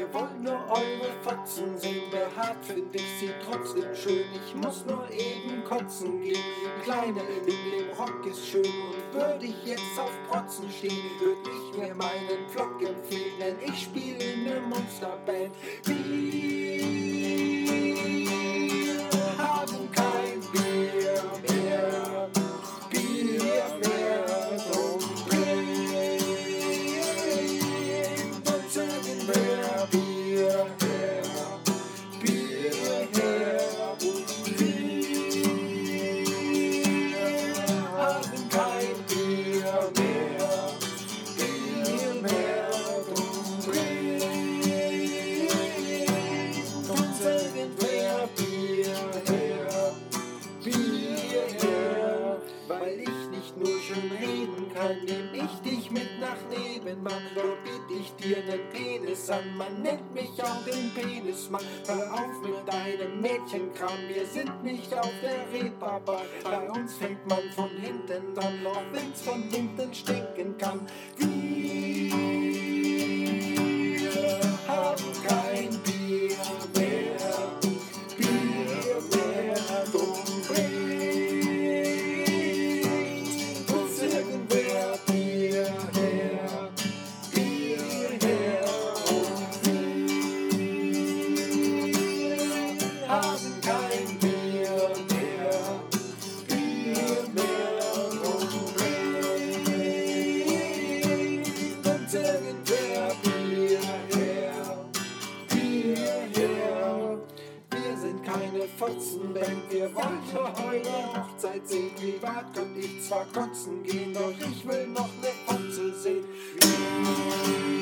Wir wollen nur eure Fotzen sehen. Behaart find ich sie trotzdem schön. Ich muss nur eben kotzen gehen. Die Kleine in dem Rock ist schön. Und würde ich jetzt auf Protzen stehen, würd ich mir meinen Vlog empfehlen, denn ich spiele in ne Monsterband. Wir haben kein Bier mehr, Bier mehr, drum bringt uns irgendwer Bier her, Bier her, und wir haben kein Bier mehr, Bier mehr, drum bringt uns irgendwer Bier her, Bier her. Weil ich nicht nur schön reden kann, nehm ich dich mit nach Nebenmann. Dort biet ich dir nen Penis an, man nennt mich auch den Penismann. Hör auf mit deinem Mädchenkram, wir sind nicht auf der Reeperbahn. Bei uns fängt man von hinten an, auch wenn's von hinten stinken kann. Wir haben kein Bier mehr, Bier mehr, drum bringt uns irgendwer Bier her, Bier her, und wir haben kein Bier mehr, Bier mehr, drum bringt uns irgendwer Bier her, Bier her. Wir sind keine Fotzenband, wir wollen nur eure Hochzeit sehen. Privat könnt ich zwar kotzen gehen, doch ich will noch ne Fotze sehen.